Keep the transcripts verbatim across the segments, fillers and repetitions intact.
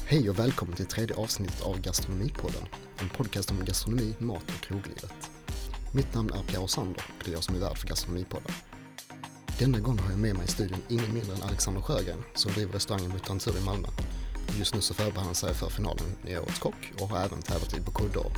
Hej och välkommen till tredje avsnittet av Gastronomipodden, en podcast om gastronomi, mat och kroglivet. Mitt namn är Pierre Sander och det är jag som är värd för Gastronomipodden. Denna gång har jag med mig i studion ingen mindre än Alexander Sjögren som driver restaurangen Mutantur i Malmö. Just nu så förbereder han sig för finalen i Årets kock och har även tävlat i Bocuse d'Or.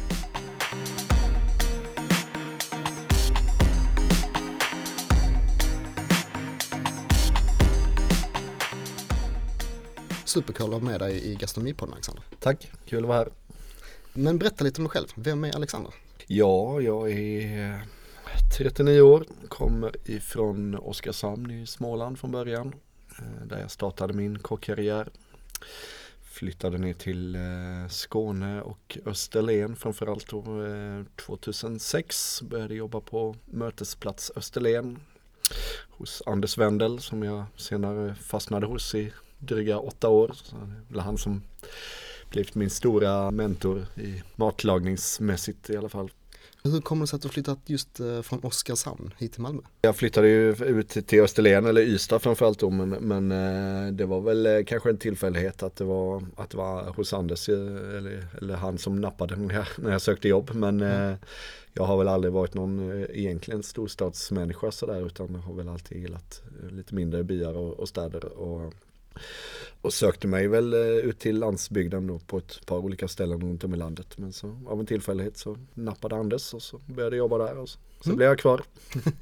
Superkul att ha med dig i Gastronomipodden, Alexander. Tack, kul att vara här. Men berätta lite om dig själv. Vem är Alexander? Ja, jag är trettionio år, kommer ifrån Oskarshamn i Småland från början, där jag startade min kockkarriär. Flyttade ner till Skåne och Österlen framförallt då, tjugohundrasex. Började jobba på Mötesplats Österlen hos Anders Wendel som jag senare fastnade hos i dryga åtta år. Så det är han som blivit min stora mentor i matlagningsmässigt i alla fall. Hur kommer det sig att du flyttat just från Oskarshamn hit till Malmö? Jag flyttade ju ut till Österlen eller Ystad framförallt då, men, men det var väl kanske en tillfällighet att det var, att det var hos Anders eller, eller han som nappade när jag, när jag sökte jobb. Men mm. jag har väl aldrig varit någon egentligen storstadsmänniska sådär, utan jag har väl alltid gillat lite mindre byar och, och städer och Och sökte mig väl ut till landsbygden då på ett par olika ställen runt om i landet. Men så av en tillfällighet så nappade Anders och så började jag jobba där och så, så mm. blev jag kvar.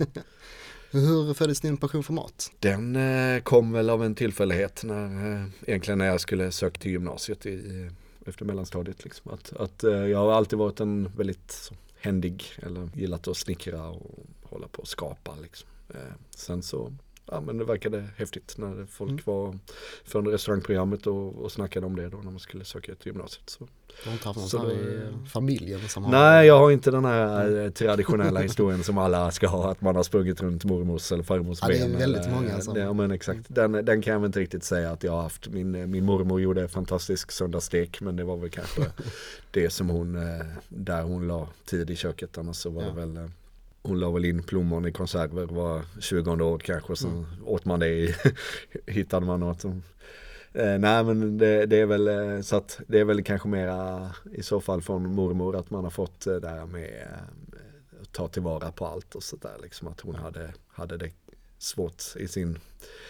Hur föddes din passion för mat? Den eh, kom väl av en tillfällighet när, eh, egentligen när jag skulle söka till gymnasiet i, efter mellanstadiet. Liksom. Att, att, eh, jag har alltid varit en väldigt så, händig eller gillat att snickra och hålla på och skapa. Liksom. Eh, sen så Ja, men det verkade häftigt när folk mm. var från restaurangprogrammet och, och snackade om det då när man skulle söka till gymnasiet. Så. Du har inte haft någon så i familjen som har... Nej, jag har inte den här mm. traditionella historien som alla ska ha, att man har sprungit runt mormors eller farmors ja, ben. Det är väldigt många som... Ja, men exakt. Den, den kan jag väl inte riktigt säga att jag har haft. Min, min mormor gjorde fantastisk söndagsstek, men det var väl kanske det som hon, där hon la tid i köket. Annars så var ja. det väl... Hon la väl in plommon i konserver var tjugonde år kanske, så mm. åt man det i, hittade man något som, eh, nej men det, det är väl eh, så att det är väl kanske mera i så fall från mormor att man har fått eh, där med eh, att ta tillvara på allt och sådär liksom, att hon mm. hade, hade det svårt i sin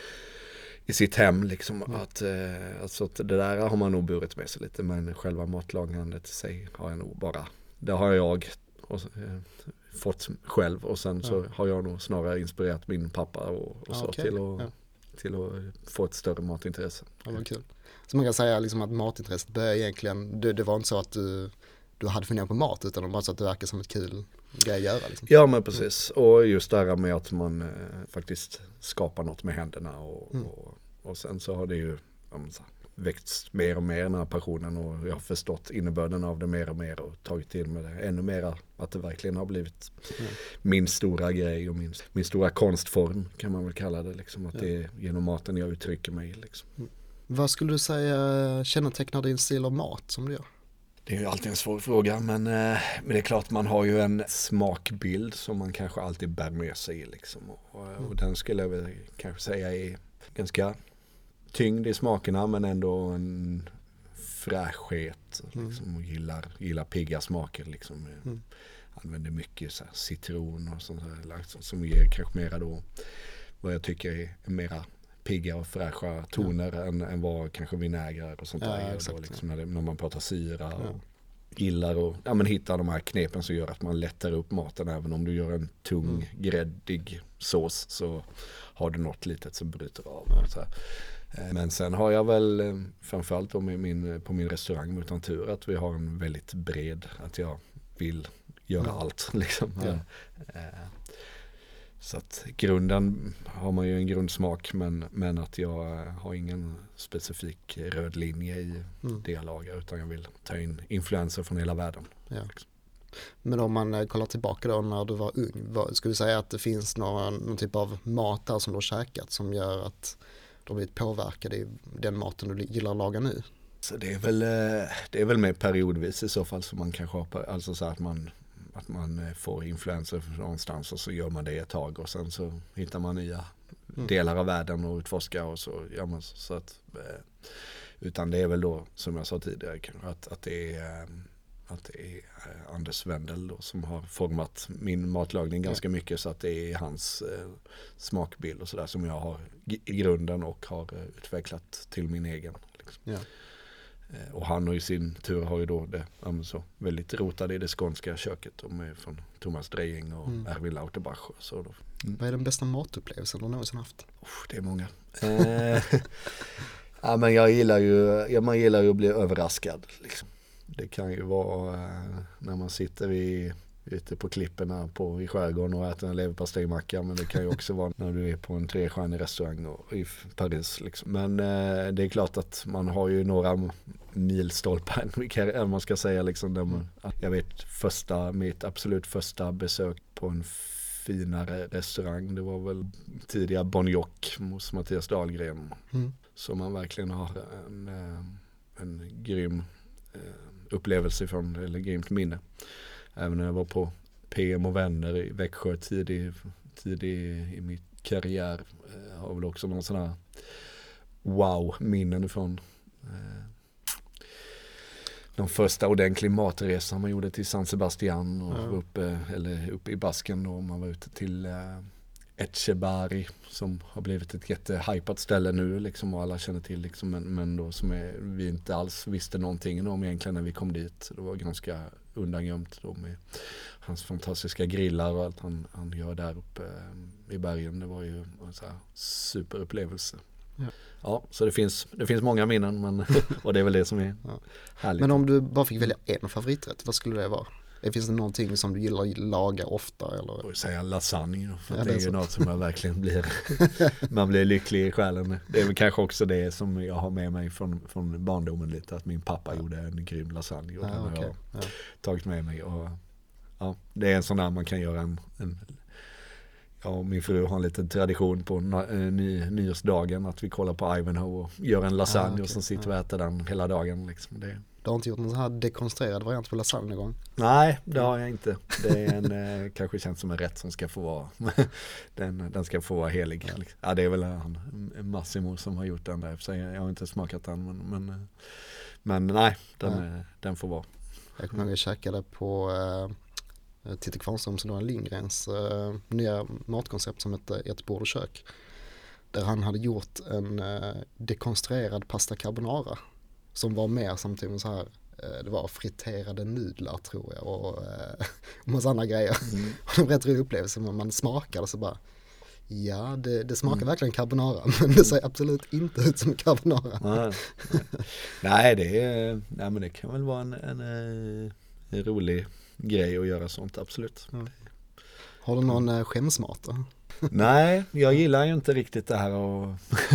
i sitt hem liksom, mm. att, eh, alltså att det där har man nog burit med sig lite, men själva matlagandet i sig har jag nog bara, det har jag och, eh, fått själv och sen ja. så har jag nog snarare inspirerat min pappa och, och så okay. till, att, ja. till att få ett större matintresse. Ja, vad kul. Så man kan säga liksom att matintresset började egentligen, det, det var inte så att du, du hade funderat på mat, utan det var så att det verkar som ett kul grej att göra. Liksom. Ja, men precis. Mm. Och just det här med att man eh, faktiskt skapar något med händerna och, mm. och, och sen så har det ju um, så, växt mer och mer den här passionen och jag har förstått innebörden av det mer och mer och tagit till med det ännu mer, att det verkligen har blivit mm. min stora grej och min, min stora konstform kan man väl kalla det liksom, att ja. det är genom maten jag uttrycker mig liksom. Mm. Vad skulle du säga kännetecknar din stil av mat som du gör? Det är ju alltid en svår fråga, men, men det är klart man har ju en smakbild som man kanske alltid bär med sig liksom, och, och mm. den skulle jag väl kanske säga är ganska tyngd i smakerna, men ändå en fräschhet liksom, mm. och gillar, gillar pigga smaker liksom. Mm. Använder mycket så här, citron och sånt där, som ger kanske mera då vad jag tycker är mera pigga och fräscha toner ja. än, än vad kanske vinägrar och sånt där ja, då, liksom, när, det, när man pratar syra ja. och gillar och ja, men hitta de här knepen som gör att man lättar upp maten. Även om du gör en tung, mm. gräddig sås så har du något litet som bryter av. Ja. Så här. Men sen har jag väl framförallt på min, på min restaurang Mutantur att vi har en väldigt bred, att jag vill göra mm. allt liksom. Ja. Så att grunden har man ju en grundsmak, men, men att jag har ingen specifik röd linje i mm. det jag lagar, utan jag vill ta in influenser från hela världen. Ja. Men om man kollar tillbaka då när du var ung, vad, skulle du säga att det finns någon, någon typ av mat där som du har käkat som gör att du har blivit påverkad i den maten du gillar att laga nu? Så det är väl, det är väl mer periodvis i så fall som man kanske har, alltså så att man att man får influenser från någonstans och så gör man det ett tag och sen så hittar man nya mm. delar av världen och utforskar och så gör man så att Utan det är väl då, som jag sa tidigare, att, att det är att det är Anders Wendel då, som har format min matlagning ganska mycket, så att det är hans eh, smakbild och sådär som jag har i grunden och har eh, utvecklat till min egen. Liksom. Ja. Eh, och han och i sin tur har ju då det ja, så, väldigt rotade i det skånska köket. De är från Thomas Dreying och mm. Erwin Lauterbach. Och så då. Mm. Vad är den bästa matupplevelsen du någonsin haft? Oh, det är många. Eh, ja, men jag gillar ju, ja, man gillar ju att bli överraskad liksom. Det kan ju vara eh, när man sitter i, ute på klipporna på, i skärgården och äter en leverpastejmacka, men det kan ju också vara när du är på en trestjärnig restaurang och, i Paris. Liksom. Men eh, det är klart att man har ju några milstolpar, man ska säga. Liksom, där man, jag vet första, mitt absolut första besök på en finare restaurang, det var väl tidiga Bonjock hos Mattias Dahlgren. Mm. Så man verkligen har en, en grym upplevelse från, eller grymt minne. Även när jag var på P M och vänner i Växjö tidig, tidig i min karriär eh, har väl också någon sån här wow-minnen från eh, de första ordentliga matresan man gjorde till San Sebastian och ja. uppe, eller uppe i Basken då, man var ute till eh, Etxebarri som har blivit ett jättehypat ställe nu liksom, och alla känner till liksom, men, men då som är, vi inte alls visste någonting om egentligen när vi kom dit. Det var ganska undangömt då med hans fantastiska grillar och allt han, han gör där uppe eh, i bergen. Det var ju en så här superupplevelse. Ja. Ja, så det finns, det finns många minnen, men, och det är väl det som är ja. härligt. Men om du bara fick välja en favoriträtt, vad skulle det vara? Finns det någonting som du gillar att laga ofta? Eller? Jag vill säga lasagne då, för ja, det, det är ju något som jag verkligen blir man blir lycklig i själen. Det är väl kanske också det som jag har med mig från, från barndomen lite, att min pappa ja. gjorde en grym lasagne och ja, den har okay. jag ja. tagit med mig. Och, ja, det är en sån där man kan göra en, en ja, min fru har en liten tradition på ny, nyårsdagen att vi kollar på Ivanhoe och gör en lasagne ja, okay. och så sitter vi och äter den hela dagen. Liksom. Det Du har inte gjort någon sån här dekonstruerad variant på lasagne någon gång? Nej, det har jag inte. Det är en, eh, kanske känns som en rätt som ska få vara den, den ska få vara helig. Ja, ja det är väl han, Massimo som har gjort den där. Så jag har inte smakat den, men, men, men nej, den, ja. den får vara. Jag kommer ihåg att jag käkade på äh, Titti Kvarnström som då Lindgrens äh, nya matkoncept som heter Ett bord och kök. Där han hade gjort en äh, dekonstruerad pasta carbonara. Som var mer samtidigt med så här, det var friterade nudlar tror jag och eh, massa andra grejer. Mm. Och det var rätt rolig upplevelse, men man smakade så bara, ja det, det smakar mm. verkligen carbonara, men det ser absolut inte ut som carbonara. Nej, nej, det, är, nej men det kan väl vara en, en, en rolig grej att göra sånt, absolut. Mm. Har du någon mm. skämsmat då? Nej, jag gillar ju inte riktigt det här och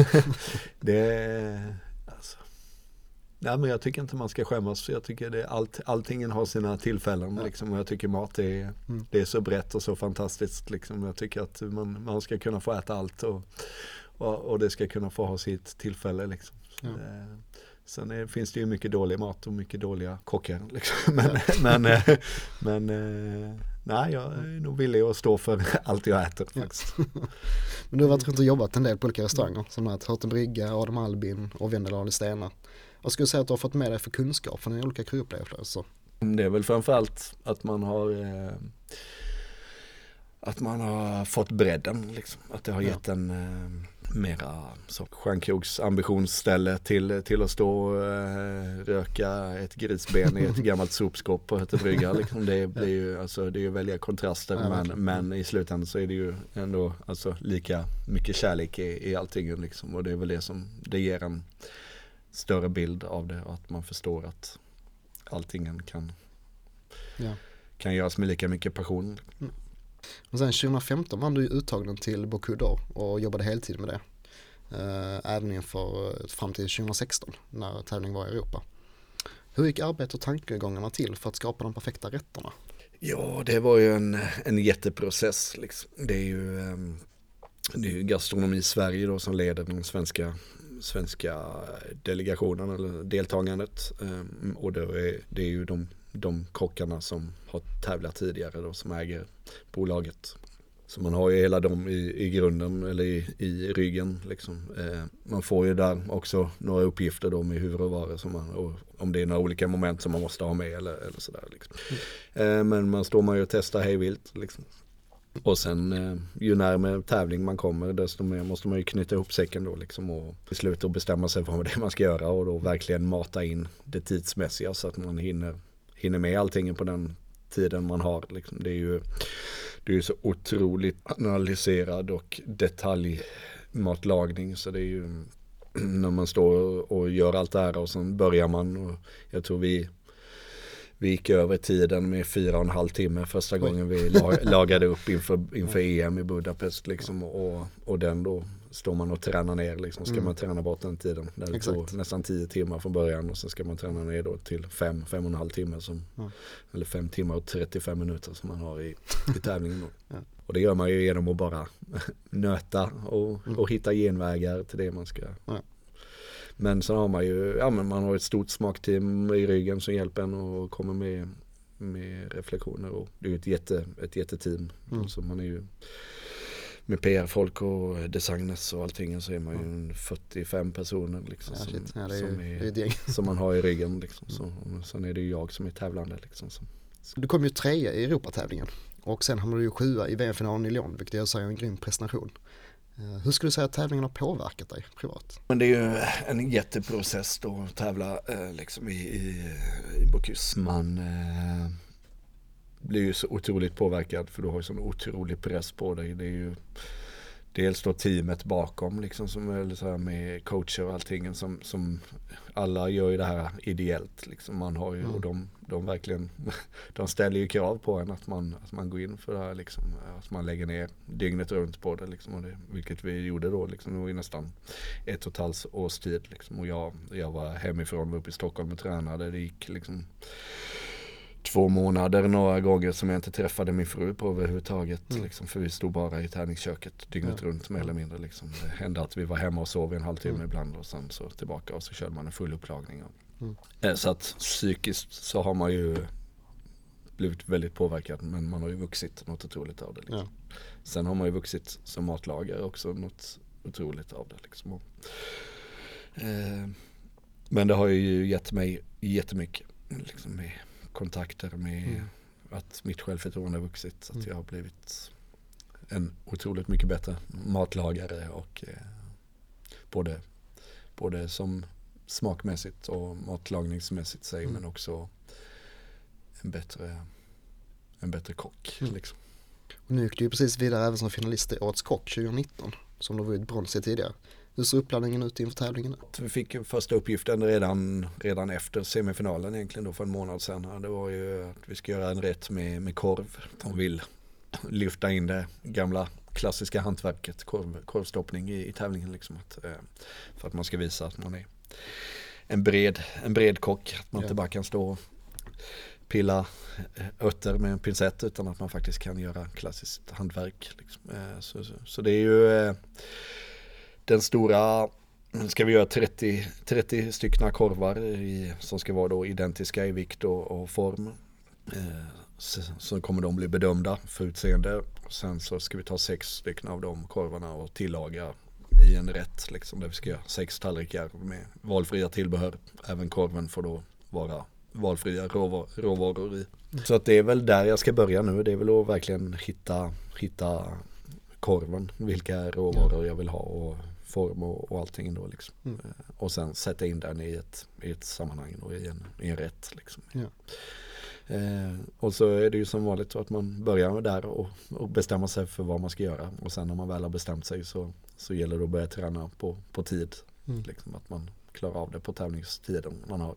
det Nej, men jag tycker inte man ska skämmas. Jag tycker det, allt, allting har sina tillfällen. Ja. Liksom, och jag tycker mat är, mm. det är så brett och så fantastiskt. Liksom. Jag tycker att man, man ska kunna få äta allt och, och, och det ska kunna få ha sitt tillfälle. Liksom. Ja. Eh, sen är, finns det ju mycket dålig mat och mycket dåliga kockar. Liksom. Men, ja. men, eh, men eh, nej, jag är nog villig att stå för allt jag äter. Ja. Men du har varit runt och jobbat en del på olika restauranger. Som att Hörte Brygga, Adam Albin och Vendela i Stenar. Vad skulle du säga att du har fått med dig för kunskap från de olika kryupplevelser? Det är väl framförallt att man har eh, att man har fått bredden liksom. Att det har gett ja. en eh, mera så stjärnkrogs ambitionsställe till, till att stå och eh, röka ett grisben i ett gammalt sopskåp på Hörte Brygga. Liksom. Det blir ju alltså, det är ju väldiga kontraster ja, men, men i slutändan så är det ju ändå alltså, lika mycket kärlek i, i allting liksom. Och det är väl det som det ger en större bild av det och att man förstår att allting kan ja. kan göras med lika mycket passion. Mm. Och sen tjugo femton var du uttagen till Bocuse d'Or och jobbade heltid med det. Äh, även inför fram till tjugo sexton när tävlingen var i Europa. Hur gick arbetet och tankegångarna till för att skapa de perfekta rätterna? Ja, det var ju en, en jätteprocess. Liksom. Det är ju det är ju Gastronomi Sverige då som leder den svenska svenska delegationen eller deltagandet um, och det är, det är ju de, de kockarna som har tävlat tidigare då, som äger bolaget. Så man har ju hela dem i, i grunden eller i, i ryggen liksom. Eh, man får ju där också några uppgifter då med hur och var som man, och om det är några olika moment som man måste ha med eller, eller sådär liksom. Mm. Eh, men man står man ju och testar hejvilt liksom. Och sen eh, ju närmare tävling man kommer desto mer måste man ju knyta ihop säcken då liksom och besluta och bestämma sig för vad det är man ska göra och då verkligen mata in det tidsmässiga så att man hinner, hinner med allting på den tiden man har liksom. Det är ju det är ju så otroligt analyserad och detaljmatlagning så det är ju när man står och gör allt det här och sen börjar man och jag tror vi Vi gick över tiden med fyra och en halv timme första gången vi lagade upp inför, inför E M i Budapest liksom, och, och den då står man och tränar ner liksom, ska mm. man träna bort den tiden. Det tog nästan tio timmar från början och sen ska man träna ner då till fem, fem och en halv timme som, mm. eller fem timmar och trettiofem minuter som man har i, i tävlingen då. Ja. Och det gör man ju genom att bara nöta och, och hitta genvägar till det man ska. Ja. Men så har man ju, ja men man har ett stort smakteam i ryggen som hjälper en och kommer med, med reflektioner och det är ju ett, jätte, ett jätteteam. Mm. Så man är ju med P R-folk och designers och allting så är man ju mm. fyrtiofem personer liksom ja, som, ja, är, som, är, är som man har i ryggen liksom. Så, och sen är det ju jag som är tävlande liksom. Så. Du kom ju trea i Europatävlingen och sen hamnade du ju sjua i V M-finalen i Lyon vilket jag säger är en grym prestation. Hur skulle du säga att tävlingen har påverkat dig privat? Men det är ju en jätteprocess då att tävla eh, liksom i, i, i Bocuse. Man eh, blir ju så otroligt påverkad för du har ju sån otrolig press på dig. Det är ju dels då teamet bakom liksom som är så här med coacher och allting som, som alla gör ju det här ideellt liksom. Man har ju mm. och de, de verkligen de ställer ju krav på en att man, att man går in för det här liksom, att man lägger ner dygnet runt på det liksom och det, vilket vi gjorde då liksom, det var ju nästan ett och ett halvt års tid liksom och jag, jag var hemifrån var uppe i Stockholm och tränade, det gick liksom två månader några gånger som jag inte träffade min fru på överhuvudtaget mm. liksom, för vi stod bara i träningsköket dygnet ja. runt mer eller mindre liksom. Det hände att vi var hemma och sov en halvtimme mm. ibland och sen så tillbaka och så körde man en full upplagning mm. så att psykiskt så har man ju blivit väldigt påverkad men man har ju vuxit något otroligt av det liksom. Ja. Sen har man ju vuxit som matlagare också något otroligt av det liksom. Och, eh, men det har ju gett mig jättemycket liksom med kontakter med mm. att mitt självförtroende har vuxit så att mm. jag har blivit en otroligt mycket bättre matlagare och eh, både, både som smakmässigt och matlagningsmässigt sig mm. men också en bättre en bättre kock mm. liksom. Och nu gick du ju precis vidare även som finalist i Årets kock tjugonitton som du var ett brons i tidigare. Hur ser uppladdningen ut inför tävlingen? Vi fick första uppgiften redan, redan efter semifinalen egentligen då för en månad sedan. Det var ju att vi ska göra en rätt med, med korv. De vill lyfta in det gamla klassiska hantverket, korv, korvstoppning i, i tävlingen liksom. Att, för att man ska visa att man är en bred, en bred kock. Att man ja. inte bara kan stå och pilla örter med en pincett utan att man faktiskt kan göra klassiskt hantverk. Liksom. Så, så, så det är ju den stora, ska vi göra trettio, trettio styckna korvar i, som ska vara då identiska i vikt och, och form. Eh, så, så kommer de bli bedömda för utseende. Sen så ska vi ta sex stycken av de korvarna och tillaga i en rätt. Liksom, där vi ska göra sex tallrikar med valfria tillbehör. Även korven får då vara valfria råvar, råvaror i. Mm. Så att det är väl där jag ska börja nu. Det är väl att verkligen hitta, hitta korven. Vilka råvaror jag vill ha och form och, och allting då liksom. Mm. Och sen sätta in den i ett, i ett sammanhang då, i, en, i en rätt liksom. Ja. Eh, och så är det ju som vanligt så att man börjar där och, och bestämma sig för vad man ska göra och sen när man väl har bestämt sig så, så gäller det att börja träna på, på tid mm. liksom, att man klarar av det på tävlingstiden man har.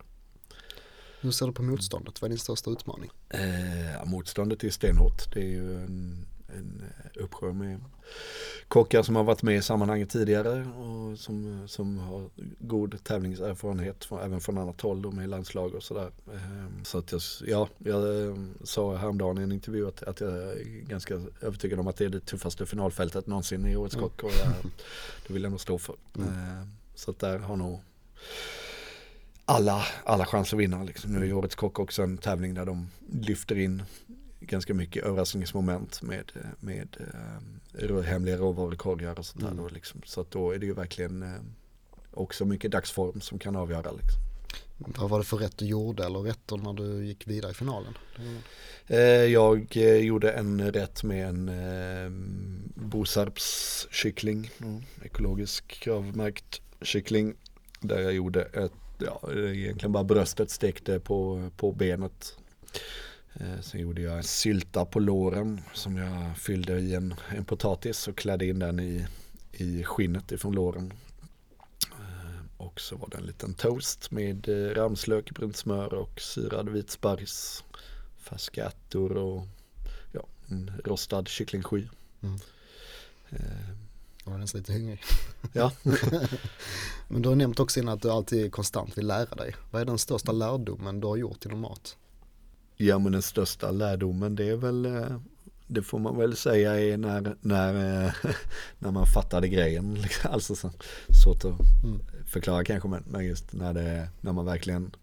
Hur ser du på motståndet? Vad är din största utmaning? Eh, motståndet är stenhårt. Det är ju en, en uppsjö med kockar som har varit med i sammanhanget tidigare och som, som har god tävlingserfarenhet från, även från annat håll då, med landslag och sådär. Så att jag, ja, jag sa häromdagen i en intervju att, att jag är ganska övertygad om att det är det tuffaste finalfältet någonsin i Årets kock och jag, det vill jag nog stå för. Mm. Så att där har nog alla, alla chanser att vinna. Liksom. Nu är Årets kock också en tävling där de lyfter in ganska mycket överraskningsmoment med, med äh, hemliga råvarukorgar och sånt där. Mm. Då, liksom. Så att då är det ju verkligen äh, också mycket dagsform som kan avgöra. Liksom. Vad var det för rätt du gjorde eller rätter när du gick vidare i finalen? Eh, jag eh, gjorde en rätt med en eh, Bosarps kyckling, mm. ekologisk kravmärkt kyckling, där jag gjorde ett, ja, egentligen bara bröstet, stekte på, på benet. Eh, sen gjorde jag sylta på låren som jag fyllde i en, en potatis och klädde in den i, i skinnet ifrån låren. Och så var det en liten toast med ramslök, brunt smör och syrad vit sparris, färska ärtor och ja, en rostad kycklingsky. Mm. Eh. Jag var nästan lite hungrig. Ja. Men du har nämnt också innan att du alltid konstant vill lära dig. Vad är den största lärdomen du har gjort inom mat? Ja, men den största lärdomen, det är väl... Det får man väl säga är när, när, när man fattade grejen. Alltså så, svårt att mm. förklara kanske, men, men just när, det, när man verkligen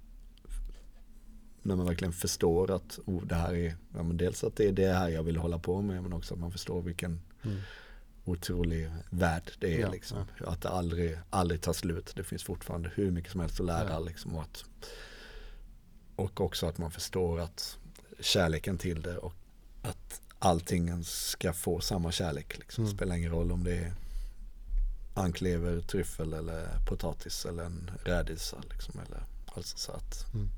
när man verkligen förstår att oh, det här är, ja, men dels att det är det här jag vill hålla på med, men också att man förstår vilken mm. otrolig värld det är. Ja, liksom. Ja. Att det aldrig, aldrig tar slut. Det finns fortfarande hur mycket som helst att lära. Ja. Liksom, och, att, och också att man förstår att kärleken till det och att allting ska få samma kärlek. Liksom. Mm. Spelar ingen roll om det är anklever, tryffel eller potatis eller en rädisa. Liksom, eller, alltså så att, mm.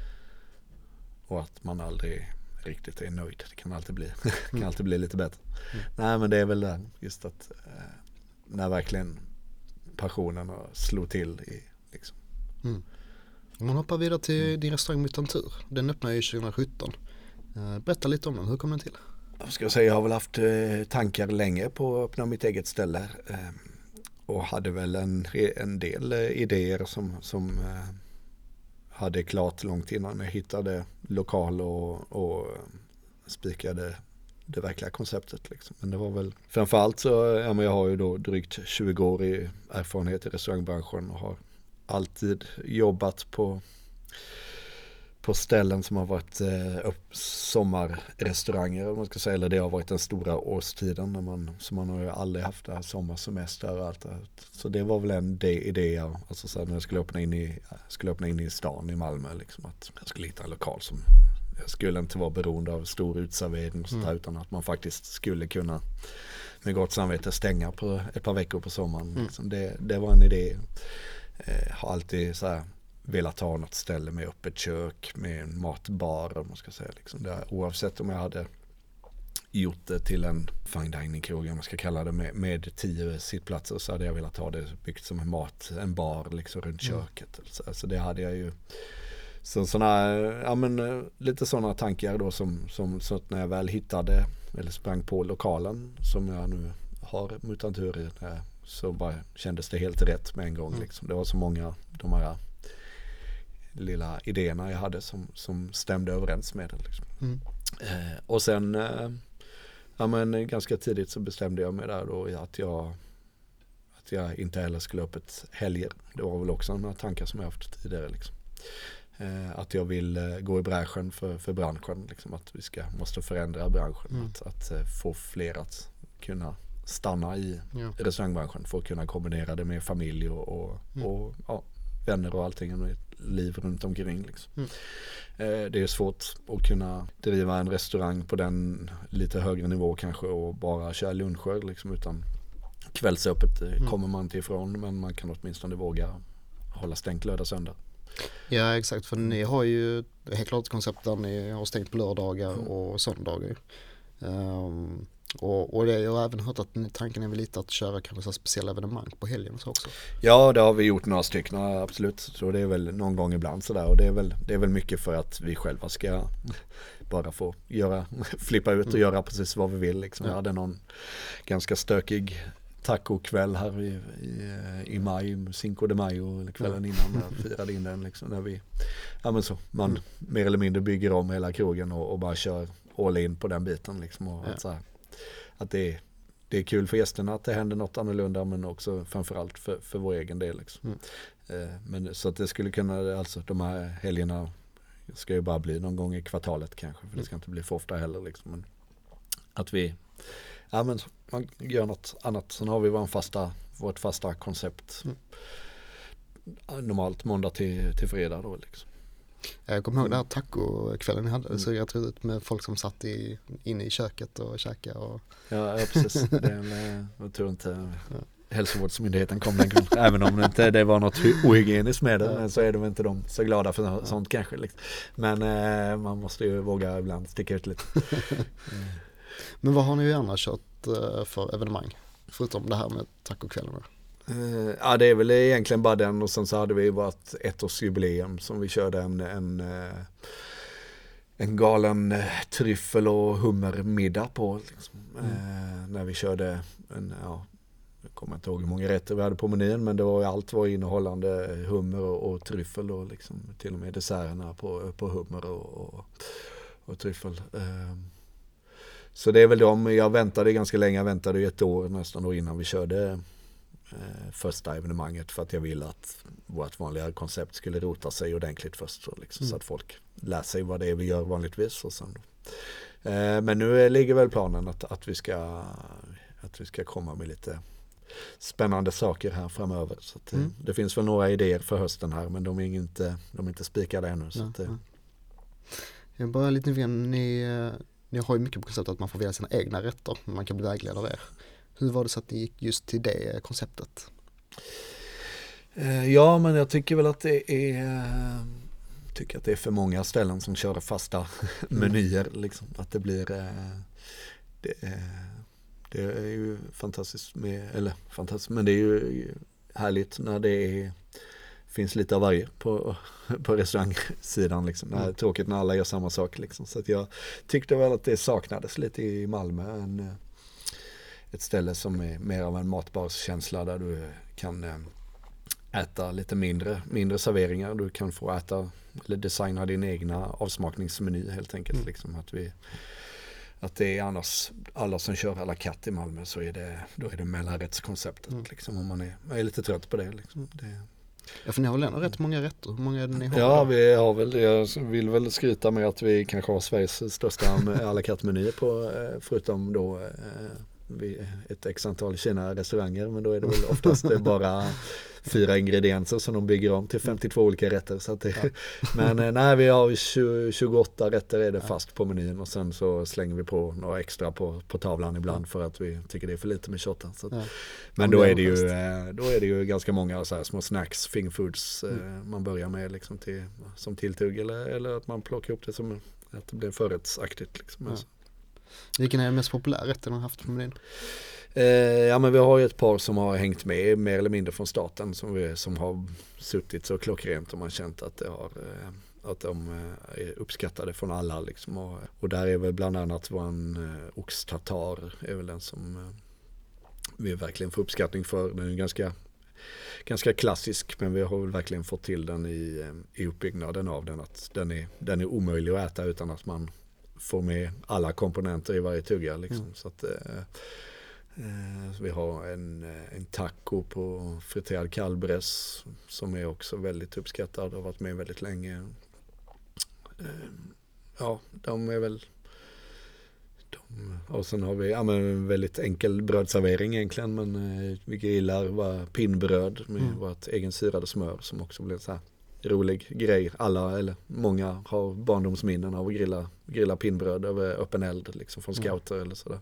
och att man aldrig riktigt är nöjd. Det kan alltid bli, kan alltid bli lite bättre. Mm. Nej, men det är väl det. Just att eh, när verkligen passionen slår till i, liksom. Mm. Om man hoppar vidare till mm. din restaurang Mutantur. Den öppnade ju tjugo sjutton. Eh, berätta lite om den. Hur kom den till? Jag ska säga, jag har väl haft eh, tankar länge på att öppna mitt eget ställe. Eh, och hade väl en, en del eh, idéer som, som eh, hade klart långt innan jag hittade lokal och, och spikade det verkliga konceptet. Liksom. Men det var väl, framförallt så, ja, men jag har ju då drygt tjugo år i erfarenhet i restaurangbranschen och har alltid jobbat på på ställen som har varit eh, upp, sommarrestauranger, om man ska säga, eller det har varit den stora årstiden när man, så man har ju aldrig haft det här sommarsemester och allt det här. Så det var väl en idé jag, alltså så här, när jag skulle öppna in i, skulle öppna in i stan i Malmö, liksom, att jag skulle hitta en lokal som jag skulle inte vara beroende av stor utservering och sånt där, mm. utan att man faktiskt skulle kunna med gott samvete stänga på ett par veckor på sommaren. Mm. Liksom. Det, det var en idé. Eh, har alltid så här velat ha något ställe med öppet kök, med en matbar, om man ska säga. Liksom. Det, oavsett om jag hade gjort det till en fine dining-krog, om man ska kalla det, med, med tio sittplatser, så hade jag velat ha det byggt som en mat, en bar liksom runt mm. köket. Så alltså, det hade jag ju. Så såna, ja, men, lite sådana tankar då som, som så att när jag väl hittade eller sprang på lokalen som jag nu har Mutantur i, så bara kändes det helt rätt med en gång. Mm. Liksom. Det var så många de här lilla idéerna jag hade som, som stämde överens med det. Liksom. Mm. Eh, och sen eh, ja, men ganska tidigt så bestämde jag mig där då att jag att jag inte heller skulle upp ett helger. Det var väl också några tankar som jag haft tidigare. Liksom. Eh, att jag vill eh, gå i bräschen för, för branschen. Liksom, att vi ska, måste förändra branschen. Mm. Att, att eh, få fler att kunna stanna i ja. restaurangbranschen för att kunna kombinera det med familj och, och, mm. och ja, vänner och allting, med ett liv runt omkring. Liksom. Mm. Eh, det är svårt att kunna driva en restaurang på den lite högre nivå kanske och bara köra luncher liksom, utan kvällsöppet mm. kommer man inte ifrån, men man kan åtminstone våga hålla stängt lördag söndag. Ja, exakt, för ni har ju helt klart ett koncept där ni har stängt på lördagar mm. och söndagar. Um, och, och det, jag har även hört att tanken är väl lite att köra kanske speciella evenemang på helgen så också. Ja, det har vi gjort några stycken, absolut. Så det är väl någon gång ibland sådär, och det är väl, det är väl mycket för att vi själva ska bara få göra, flippa ut och mm. göra precis vad vi vill. Liksom. Ja. Jag hade någon ganska stökig tacokväll här i, i, i maj, Cinco de Mayo, eller kvällen mm. innan jag firade in den. Liksom, när vi, ja, men så, man mm. mer eller mindre bygger om hela krogen och, och bara kör all in på den biten. Liksom, och ja. att, så här, att det, är, det är kul för gästerna att det händer något annorlunda, men också framförallt för, för vår egen del. Liksom. Mm. Eh, men så att det skulle kunna, alltså de här helgerna det ska ju bara bli någon gång i kvartalet kanske, för det ska inte bli för ofta heller liksom. Men att vi ja, men man gör något annat. Sen har vi vår fasta, vårt fasta koncept. Mm. Normalt måndag till, till fredag då liksom. Jag kommer ihåg mm. det här tacokvällen ni hade. Det såg rätt ut med folk som satt i, inne i köket och käkade. Och... Ja, ja, precis. Det är en, jag tror inte ja. Hälsovårdsmyndigheten kom den gången. Även om det inte det var något ohygieniskt med det. Ja. Så är de inte de så glada för ja. sånt kanske. Liksom. Men eh, man måste ju våga ibland sticka ut lite. mm. Men vad har ni gärna kört uh, för evenemang? Förutom det här med tacokvällarna. Uh, ja, det är väl egentligen bara den. Och sen så hade vi vårt ettårsjubileum som vi körde en, en, uh, en galen uh, tryffel- och hummermiddag på. Liksom. Mm. Uh, när vi körde en, ja, jag kommer inte ihåg hur många rätter vi hade på menyn, men det var allt var innehållande hummer och, och tryffel och liksom, till och med desserterna på, på hummer och, och, och tryffel. Uh, Så det är väl de, jag väntade ganska länge, jag väntade ett år nästan då innan vi körde eh, första evenemanget för att jag ville att vårt vanliga koncept skulle rota sig ordentligt först så, liksom, mm. så att folk lär sig vad det är vi gör vanligtvis. Och sen, eh, men nu ligger väl planen att, att, vi ska, att vi ska komma med lite spännande saker här framöver. Så att, mm. det finns väl några idéer för hösten här, men de är inte, de är inte spikade ännu. Så ja, att, eh. ja. Jag bara lite nyfiken, ni... Ni har ju mycket på konceptet att man får välja sina egna rätter. Man kan bli vägledare av er. Hur var det så att det gick just till det konceptet? Ja, men jag tycker väl att det är tycker att det är för många ställen som kör fasta mm. menyer. Liksom. Att det blir det är, det är ju fantastiskt med, eller fantastiskt, men det är ju härligt när det är finns lite av varje på, på restaurangsidan liksom. Det är tråkigt när alla gör samma sak liksom. Så att jag tyckte väl att det saknades lite i Malmö, en, ett ställe som är mer av en matbarskänsla där du kan äta lite mindre, mindre serveringar, du kan få äta eller designa din egna avsmakningsmeny helt enkelt mm. liksom. Att vi att det är annars alla som kör à la carte i Malmö så är det då är det mellanrättskonceptet mm. liksom, om man är, man är lite trött på det liksom. Det Ja, för ni har väl ändå rätt många rätter. Hur många är det ni har? Ja, vi har väl, jag vill väl skryta med att vi kanske har Sveriges största à la carte-menyer på, förutom då ett x antal Kina-restauranger, men då är det väl oftast bara fyra ingredienser som de bygger om till femtiotvå olika rätter. Så att det, ja. Men nej, vi har tjugoåtta rätter är det fast på menyn och sen så slänger vi på några extra på, på tavlan ibland ja. För att vi tycker det är för lite med tjotta. Så att, ja. Men då är, det ju, då är det ju ganska många så här små snacks, fingerfoods mm. man börjar med liksom till, som tilltugg eller, eller att man plockar ihop det som att det blir förrättsaktigt. Liksom. Ja. Vilken är den mest populära rätten du har haft på menyn? Eh, ja, men vi har ju ett par som har hängt med mer eller mindre från starten som, vi, som har suttit så klockrent och man känt att, det har, eh, att de är uppskattade från alla. Liksom. Och, och där är väl bland annat vår eh, oxtartar är väl den som eh, vi verkligen får uppskattning för. Den är ganska, ganska klassisk, men vi har väl verkligen fått till den i, i uppbyggnaden av den. Att den är, den är omöjlig att äta utan att man får med alla komponenter i varje tugga. Liksom. Mm. Så att, eh, eh, så vi har en, en taco på friterad kalvbräss som är också väldigt uppskattad och har varit med väldigt länge. Eh, ja, de är väl de, och sen har vi ja, men en väldigt enkel brödservering egentligen, men eh, vi grillar var pinnbröd med mm. vårt egen syrade smör som också blir så här rolig grej. Alla eller många har barndomsminnen av att grilla, grilla pinnbröd över öppen eld liksom från scouter mm. eller sådär.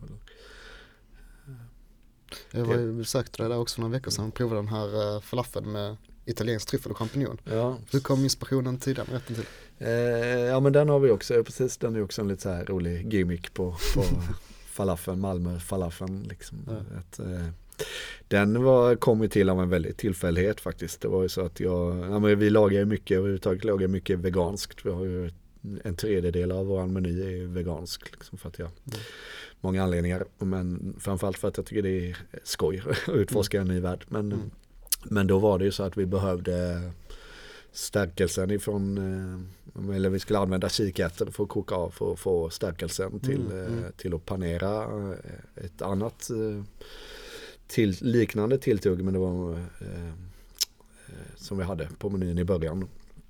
Jag var ju besökte det där också för några veckor sedan och provade den här falafeln med italiensk tryffel och champignon. Ja. Hur kom inspirationen till den rätten till? Eh, ja, men den har vi också, precis, den är också en lite så här rolig gimmick på, på falafeln, Malmö falafeln liksom. Ja. Ett, eh, Den var, kom ju till av en väldigt tillfällighet faktiskt. Det var ju så att jag, ja, men vi lagar ju mycket, överhuvudtaget lagar mycket veganskt. Vi har ju en tredjedel av vår meny är vegansk liksom, för att jag, mm. många anledningar, men framförallt för att jag tycker det är skoj att utforska mm. en ny värld. Men, mm. men då var det ju så att vi behövde stärkelsen ifrån, eller vi skulle använda kikärtor för att koka av för att få stärkelsen till, mm. Mm. till att panera ett annat till, liknande tilltugg, men det var eh, som vi hade på menyn i början.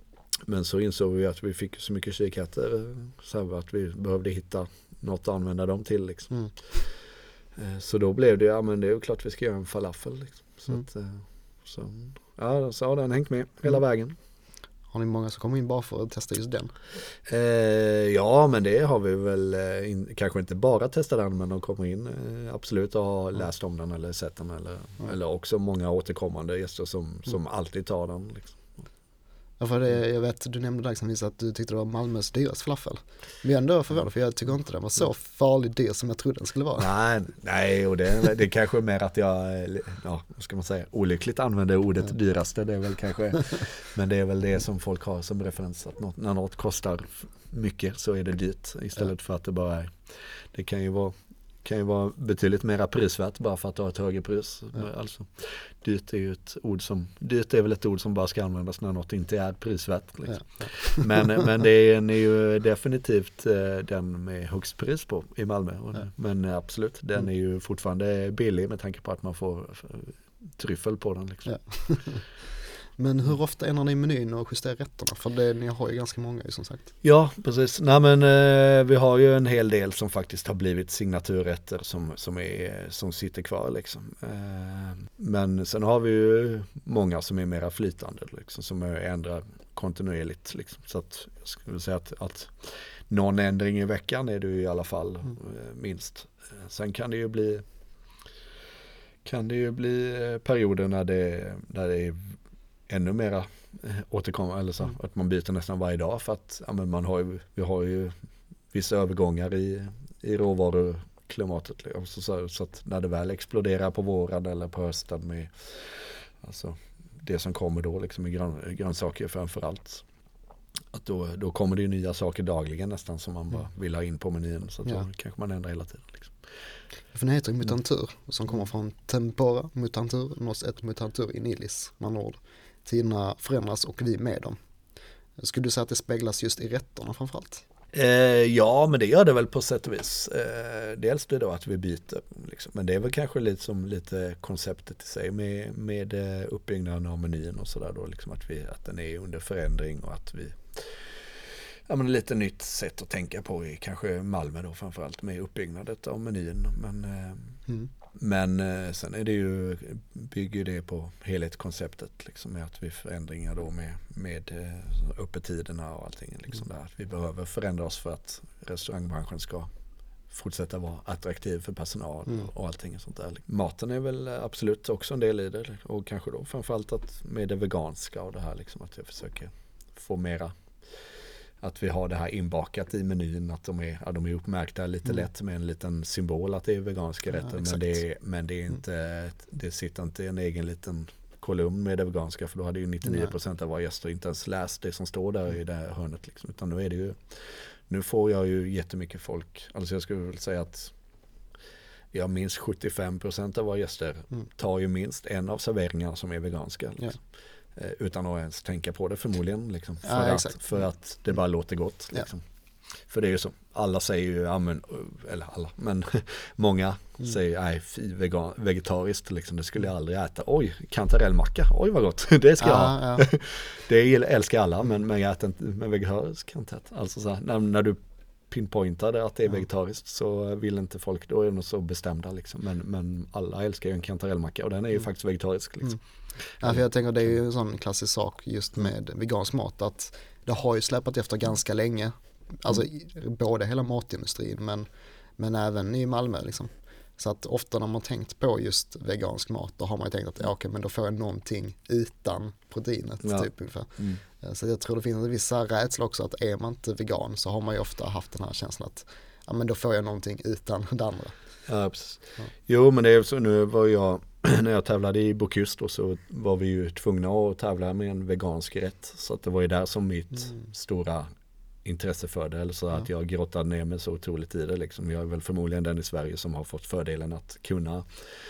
Men så insåg vi att vi fick så mycket kikärtor så att vi behövde hitta något att använda dem till. Liksom. Mm. Så då blev det, ja men det är ju klart vi ska göra en falafel. Liksom. Så, mm. att, så, ja, så har den hängt med hela mm. vägen. Har ni många som kommer in bara för att testa just den? Eh, ja, men det har vi väl eh, in, kanske inte bara testat den, men de kommer in eh, absolut och har mm. läst om den eller sett den eller, mm. eller också många återkommande gäster som, som mm. alltid tar den. Liksom. Ja, för det, jag vet, du nämnde exempelvis att du tyckte det var Malmös dyraste falafel. Men jag är ändå förvånad för jag tycker inte den var så farligt dyr som jag trodde den skulle vara. Nej, nej och det, det är kanske mer att jag, ja, vad ska man säga, olyckligt använder ordet ja. dyraste. Det är väl kanske, men det är väl det som folk har som referens. Att något, när något kostar mycket så är det dyrt istället ja. för att det bara är, det kan ju vara kan ju vara betydligt mera prisvärt bara för att ha ett högre pris. Ja. Alltså, dyrt är ju ett ord som, dyrt är väl ett ord som bara ska användas när något inte är prisvärt. Liksom. Ja. Ja. Men, men det är, är ju definitivt eh, den med högst pris på i Malmö. Ja. Men absolut, den mm. är ju fortfarande billig med tanke på att man får tryffel på den. Liksom. Ja. Men hur ofta ändrar ni menyn och justerar rätterna? För det, ni har ju ganska många som sagt. Ja, precis. Nej, men eh, vi har ju en hel del som faktiskt har blivit signaturrätter som, som, är, som sitter kvar. Liksom. Eh, men sen har vi ju många som är mera flytande, liksom, som ändrar kontinuerligt. Liksom. Så att jag skulle säga att, att någon ändring i veckan är det ju i alla fall mm. eh, minst. Eh, sen kan det ju bli kan det ju bli perioder när det, när det är ännu mera återkomma eller så, mm. att man byter nästan varje dag för att ja, men man har ju, vi har ju vissa övergångar i, i råvaruklimatet liksom. så, så, så att när det väl exploderar på våren eller på hösten med alltså, det som kommer då liksom, i grön, grönsaker framförallt, att då, då kommer det ju nya saker dagligen nästan som man bara vill ha in på menyn, så att ja. då kanske man ändrar hela tiden liksom. För den heter Mutantur som kommer från Tempora Mutantur, nos ett Mutantur in illis, man ord. Tiderna förändras och vi med dem. Skulle du säga att det speglas just i rätterna framförallt? Eh, ja, men det gör det väl på sätt och vis. Eh, dels det då att vi byter. Liksom. Men det är väl kanske lite som lite konceptet i sig med, med uppbyggnaden av menyn och sådär då. Liksom att, vi, att den är under förändring och att vi ja, men lite nytt sätt att tänka på i kanske Malmö då framförallt med uppbyggnadet av menyn. Men, eh, mm. men eh, sen är det ju, bygger det på helhetskonceptet liksom, med att vi förändringar då med, med eh, öppettiderna och allting. Liksom, mm. där. Att vi behöver förändra oss för att restaurangbranschen ska fortsätta vara attraktiv för personal mm. och allting sånt där. Maten är väl absolut också en del i det och kanske då framförallt att med det veganska och det här liksom, att jag försöker få mera. Att vi har det här inbakat i menyn, att de är, ja, de är uppmärkta lite mm. lätt med en liten symbol att det är veganska ja, rätter. Men det, är, men det är inte, mm. det sitter inte en egen liten kolumn med det veganska, för då hade ju nittionio procent av våra gäster inte ens läst det som står där mm. i det här hörnet. Liksom. Utan nu är det ju, nu får jag ju jättemycket folk, alltså jag skulle väl säga att jag minst sjuttiofem procent av våra gäster mm. tar ju minst en av serveringarna som är veganska. Liksom. Ja. Utan att ens tänka på det förmodligen liksom, för, ja, att, för att det bara låter gott liksom. Ja. För det är ju så, alla säger ju ja, men, eller alla, men många mm. säger nej, fy, vegan, vegetariskt liksom, det skulle jag aldrig äta. Oj, kantarellmacka, oj vad gott, det ska ja, jag ha. Ja. Det älskar alla, men, men jag äter inte med vegetariskt kan jag äta. Alltså så här, när, när du pinpointade att det är ja. vegetariskt så vill inte folk, då är de så bestämda liksom. Men, men alla älskar ju en kantarellmacka och den är ju mm. faktiskt vegetarisk liksom. Mm. Ja, för jag tänker det är ju en sån klassisk sak just med vegansk mat att det har ju släpat efter ganska länge, alltså mm. både hela matindustrin men, men även i Malmö liksom. Så att ofta när man tänkt på just vegansk mat då har man ju tänkt att ja, okej, men då får jag någonting utan proteinet ja. typ ungefär. Mm. Så jag tror det finns en vissa rädsla också att är man inte vegan så har man ju ofta haft den här känslan att ja, men då får jag någonting utan det andra. Ja, precis. Ja. Jo, men det är så, nu var jag när jag tävlade i Bocuse då, så var vi ju tvungna att tävla med en vegansk rätt. Så att det var ju där som mitt mm. stora intresse för det. Eller så ja. att jag grottade ner mig så otroligt i det. Liksom. Jag är väl förmodligen den i Sverige som har fått fördelen att kunna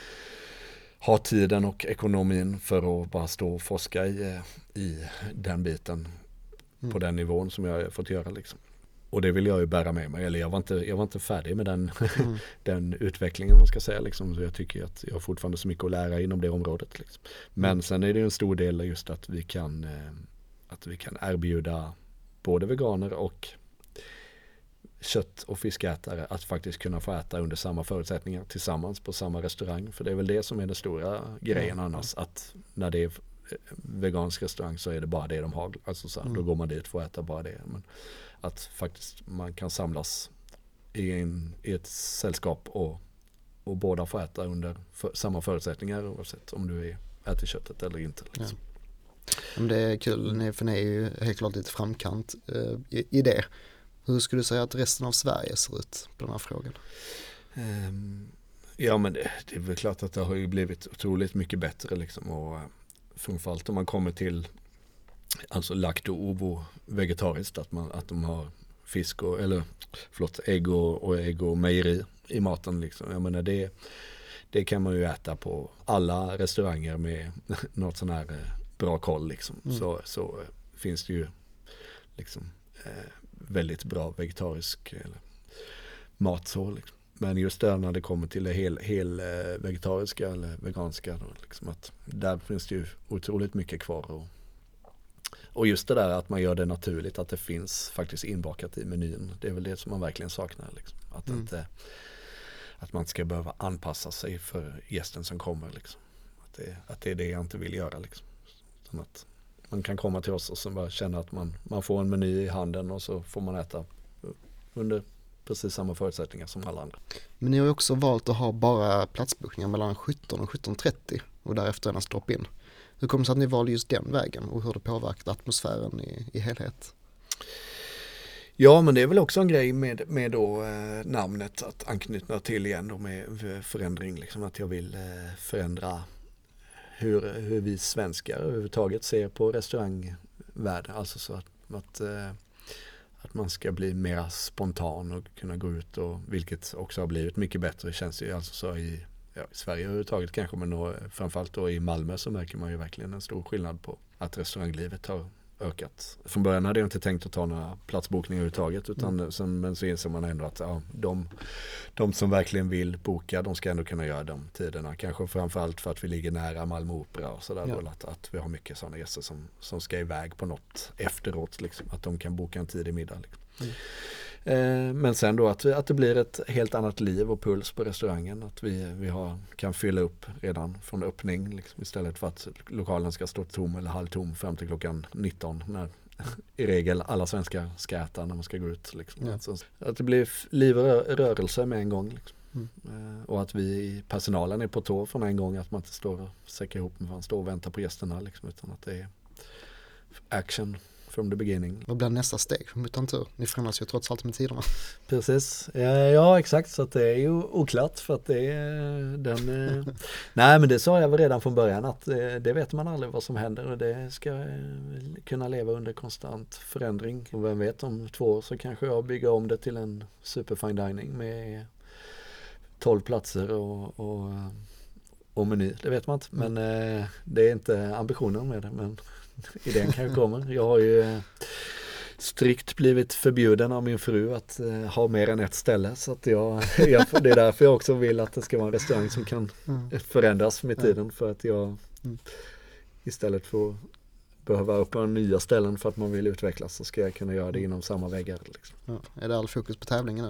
ha tiden och ekonomin för att bara stå och forska i, i den biten mm. på den nivån som jag har fått göra liksom. Och det vill jag ju bära med mig. Eller jag var inte, jag var inte färdig med den, mm. den utvecklingen man ska säga. Liksom. Så jag tycker att jag har fortfarande så mycket att lära inom det området. Liksom. Men mm. sen är det ju en stor del just att vi kan, att vi kan erbjuda både veganer och kött- och fiskätare att faktiskt kunna få äta under samma förutsättningar tillsammans på samma restaurang. För det är väl det som är den stora grejen mm. annars. Att när det är vegansk restaurang så är det bara det de har. Alltså så här, mm. då går man dit för att äta bara det. Men att faktiskt man kan samlas i, en, i ett sällskap och, och båda får äta under för, samma förutsättningar oavsett om du är, äter köttet eller inte. Liksom. Ja. Men det är kul, för ni är ju helt klart lite framkant eh, i, i det. Hur skulle du säga att resten av Sverige ser ut på den här frågan? Um, ja men det, det är väl klart att det har ju blivit otroligt mycket bättre liksom, och framförallt om man kommer till alltså lacto-ovo vegetariskt, att, man, att de har fisk och, eller förlåt, ägg och, och ägg och mejeri i maten liksom. Jag menar det, det kan man ju äta på alla restauranger med något sån här bra koll liksom. Mm. Så, så finns det ju liksom eh, väldigt bra vegetarisk eller, mat så liksom. Men just där när det kommer till det hel, hel eh, vegetariska eller veganska då, liksom att där finns det ju otroligt mycket kvar och, och just det där att man gör det naturligt, att det finns faktiskt inbakat i menyn, det är väl det som man verkligen saknar liksom. Att, mm. inte, att man ska behöva anpassa sig för gästen som kommer liksom. Att det, att det är det jag inte vill göra liksom. Som att man kan komma till oss och så bara känna att man, man får en meny i handen och så får man äta under precis samma förutsättningar som alla andra. Men ni har ju också valt att ha bara platsbokningar mellan sjutton och sjutton trettio och därefter endast drop-in. Hur kommer det sig att ni valde just den vägen och hur det påverkat atmosfären i, i helhet? Ja, men det är väl också en grej med, med då, eh, namnet att anknyta till igen då med förändring. Liksom, att jag vill eh, förändra hur, hur vi svenskar överhuvudtaget ser på restaurangvärlden. Alltså så att, att eh, Att man ska bli mer spontan och kunna gå ut, och vilket också har blivit mycket bättre, känns det ju alltså så i, ja, i Sverige överhuvudtaget kanske, men då, framförallt då i Malmö så märker man ju verkligen en stor skillnad på att restauranglivet har ökat. Från början hade jag inte tänkt att ta några platsbokningar överhuvudtaget, utan mm. sen, men så inser man ändå att ja, de, de som verkligen vill boka, de ska ändå kunna göra de tiderna. Kanske framförallt för att vi ligger nära Malmö Opera och sådär, ja. att, att vi har mycket sådana gäster som, som ska iväg på något efteråt, liksom, att de kan boka en tidig middag. Liksom. Mm. Eh, men sen då att, att det blir ett helt annat liv och puls på restaurangen, att vi, vi har, kan fylla upp redan från öppning liksom, istället för att lokalen ska stå tom eller halvtom fram till klockan nitton när i regel alla svenskar ska äta när man ska gå ut. Liksom. Ja. Så, att det blir liv och rörelse med en gång. Liksom. Mm. Eh, och att vi personalen är på tå från en gång, att man inte står och säkrar ihop med, man står och väntar på gästerna liksom, utan att det är action from the beginning. Vad blir nästa steg för Mutantur? Ni förändras ju trots allt med tiderna. Precis, ja, ja exakt, så att det är ju oklart för att det är den eh... nej men det sa jag väl redan från början att eh, det vet man aldrig vad som händer, och det ska eh, kunna leva under konstant förändring, och vem vet, om två år så kanske jag bygger om det till en superfine dining med tolv platser och, och, och meny, det vet man inte, men eh, det är inte ambitionen med det, men idén kanske kommer. Jag har ju strikt blivit förbjuden av min fru att eh, ha mer än ett ställe, så att jag, jag, det är därför jag också vill att det ska vara en restaurang som kan mm. förändras med tiden, för att jag mm. istället för att behöva öppna nya ställen för att man vill utvecklas, så ska jag kunna göra det inom samma väggar. Liksom. Ja. Är det all fokus på tävlingen nu?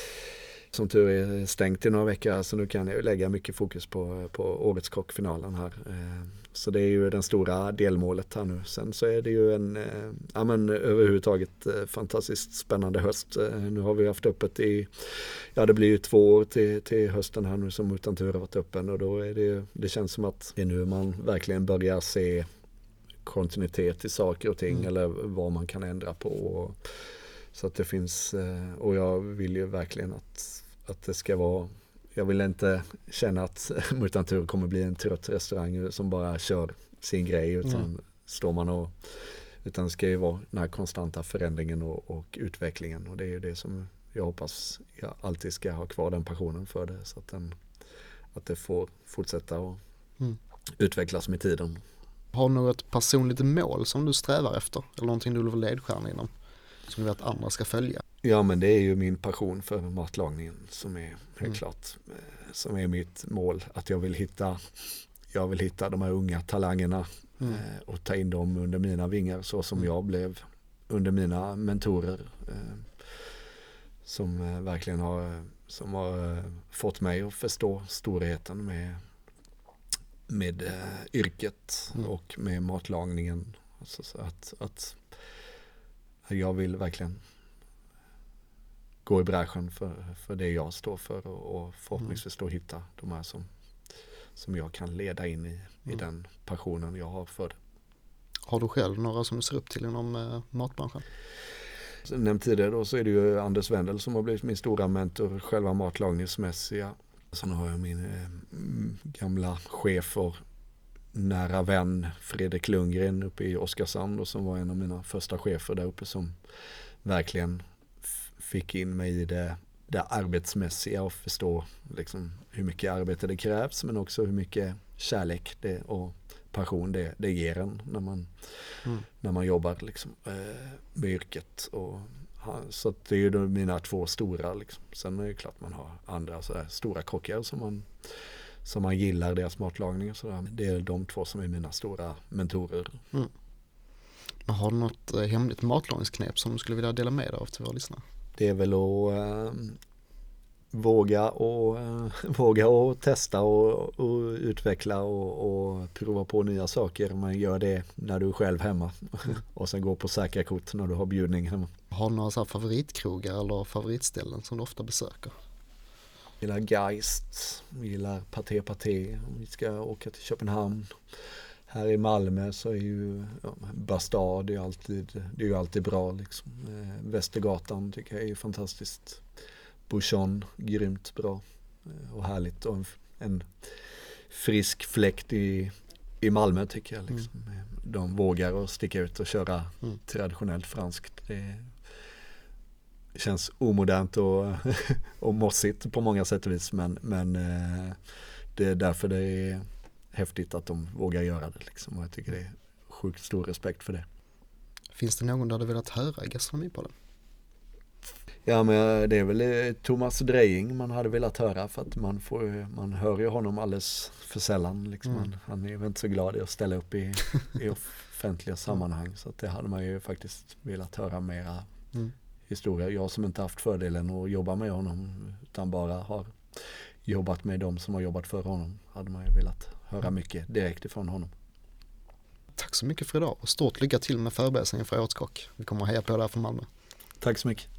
Som tur är stängt i några veckor, så nu kan jag lägga mycket fokus på, på årets kockfinalen här. Så det är ju den stora delmålet här nu. Sen så är det ju en ja men överhuvudtaget fantastiskt spännande höst. Nu har vi haft öppet i, ja det blir ju två år till, till hösten här nu som Mutantur har varit öppen, och då är det, det känns som att det är nu man verkligen börjar se kontinuitet i saker och ting mm. eller vad man kan ändra på. Och, så att det finns, och jag vill ju verkligen att, att det ska vara, jag vill inte känna att Mutantur kommer bli en trött restaurang som bara kör sin grej, utan mm. står man och, utan det ska ju vara den här konstanta förändringen och, och utvecklingen, och det är ju det som jag hoppas jag alltid ska ha kvar, den passionen för det, så att, den, att det får fortsätta och mm. utvecklas med tiden. Har du något personligt mål som du strävar efter, eller någonting du vill vara ledstjärna inom, som du vet att andra ska följa? Ja, men det är ju min passion för matlagningen som är helt mm. klart, som är mitt mål, att jag vill hitta jag vill hitta de här unga talangerna Mm. Eh, och ta in dem under mina vingar så som mm. jag blev under mina mentorer. Eh, som eh, verkligen har, som har eh, fått mig att förstå storheten med, med eh, yrket mm. och med matlagningen. Alltså, så att, att jag vill verkligen gå i bräschen för, för det jag står för och, och förhoppningsvis då hitta de här som, som jag kan leda in i, mm. i den passionen jag har för det. Har du själv några som du ser upp till inom eh, matbranschen? Som nämnt tidigare då så är det ju Anders Wendel som har blivit min stora mentor, själva matlagningsmässiga. Sen har jag min eh, gamla chef och nära vän Fredrik Lundgren uppe i Oskarshamn och som var en av mina första chefer där uppe som verkligen f- fick in mig i det, det arbetsmässiga och förstå liksom, hur mycket arbete det krävs men också hur mycket kärlek det, och passion det, det ger en när man, mm. när man jobbar liksom, eh, med yrket. Och, så att det är ju då mina två stora. Liksom. Sen är det klart man har andra så där, stora kockar som man som man gillar deras matlagning och sådär. Det är de två som är mina stora mentorer. Mm. Men har du något eh, hemligt matlagningsknep som du skulle vilja dela med dig av till våra lyssnare? Det är väl att äh, våga och äh, våga och testa och, och utveckla och, och prova på nya saker. Man gör det när du är själv hemma och sen gå på säkra kort när du har bjudning hemma. Har du några så här favoritkrogar eller favoritställen som du ofta besöker? Vi gillar Geist, vi gillar Paté Paté, vi ska åka till Köpenhamn. Här i Malmö så är ju ja, Bastard, det är alltid, det är ju alltid bra liksom. Eh, Västergatan tycker jag är fantastiskt. Bouchon, grymt bra eh, och härligt. Och en, en frisk fläkt i, i Malmö tycker jag liksom. Mm. De vågar att sticka ut och köra mm. traditionellt franskt. Det känns omodernt och, och mossigt på många sätt och vis men, men eh, det är därför det är häftigt att de vågar göra det liksom, och jag tycker det är sjukt stor respekt för det. Finns det någon där du velat höra i Gastronomipodden? Ja men det är väl Thomas Dreying man hade velat höra för att man, får, man hör ju honom alldeles för sällan liksom. mm. han, han är väl inte så glad i att ställa upp i, i offentliga sammanhang så att det hade man ju faktiskt velat höra mera mm. historia. Jag som inte haft fördelen att jobba med honom utan bara har jobbat med dem som har jobbat för honom hade man ju velat höra mycket direkt ifrån honom. Tack så mycket för idag och stort lycka till med förberedelsen inför Årets kock. Vi kommer att heja på det här från Malmö. Tack så mycket.